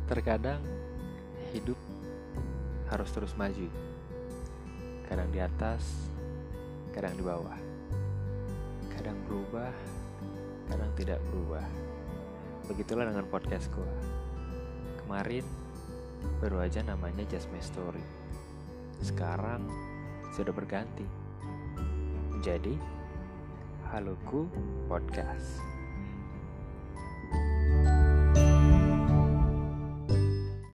Terkadang hidup harus terus maju. Kadang di atas, kadang di bawah. Kadang berubah, kadang tidak berubah. Begitulah dengan podcastku. Kemarin baru aja namanya Just My Story. Sekarang sudah berganti menjadi Haloku Podcast.